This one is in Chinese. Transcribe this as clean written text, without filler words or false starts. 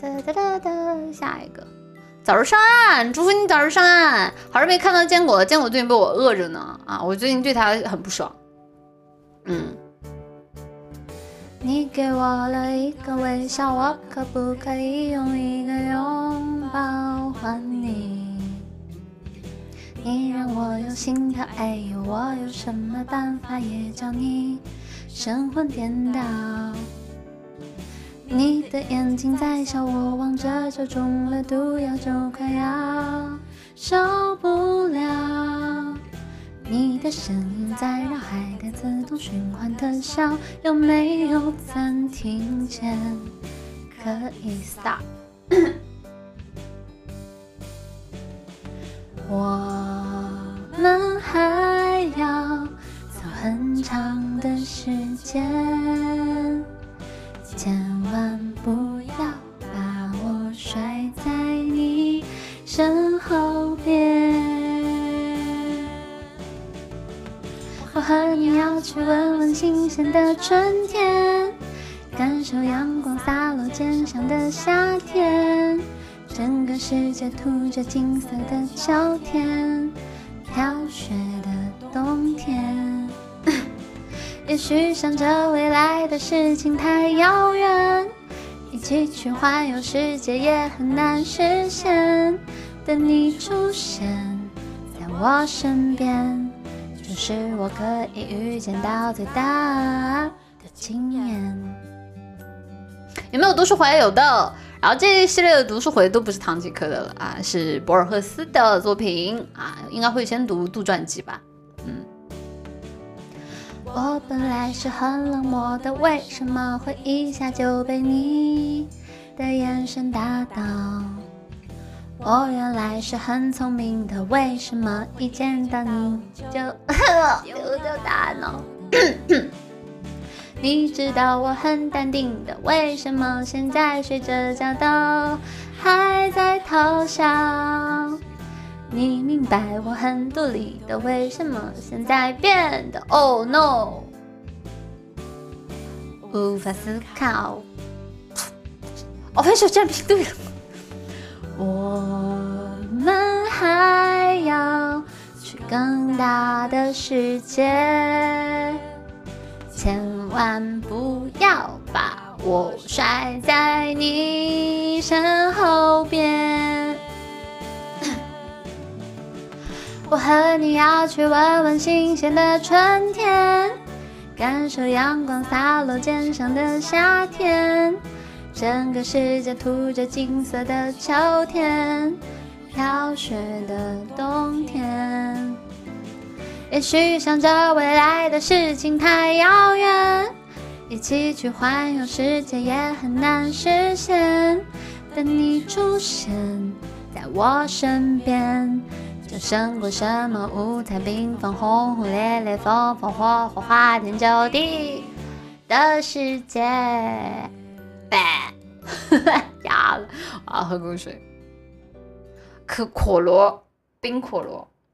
下一个，早日上岸，祝福你早日上岸。好久没看到坚果，坚果最近被我饿着呢啊，我最近对他很不爽。你给我了一个微笑，我可不可以用一个拥抱还你？你让我有心跳，哎呦，我有什么办法也叫你神魂颠倒？你的眼睛在笑，我望着就中了毒药，就快要受不了。你的声音在脑海的自动循环特效，有没有暂停键？可以 stop。我们还要走很长的时间，千万不要把我甩在你身后边。我和你要去闻闻新鲜的春天，感受阳光洒落肩上的夏天，整个世界涂着金色的秋天，飘雪的冬天。也许想着未来的事情太遥远，一起去环游世界也很难实现。等你出现在我身边，就是我可以预见到最大的惊艳。有没有读书会？有的。然后这一系列的读书会都不是唐吉诃德了啊，是博尔赫斯的作品啊，应该会先读杜撰集吧。我本来是很冷漠的，为什么会一下就被你的眼神打倒？我原来是很聪明的，为什么一见到你就丢掉大脑？你知道我很淡定的，为什么现在睡着觉都还在偷笑？你明白我很独立的，为什么现在变得 Oh no 无法思考？分手占平对了。我们还要去更大的世界，千万不要把我甩在你身后边。我和你要去闻闻新鲜的春天，感受阳光洒落肩上的夏天，整个世界涂着金色的秋天，飘雪的冬天。也许想着未来的事情太遥远，一起去环游世界也很难实现。等你出现在我身边，就胜过什么五彩缤纷、轰轰烈烈、风风火火、花天酒地的世界。哑了，我要喝口水。可乐，冰可乐。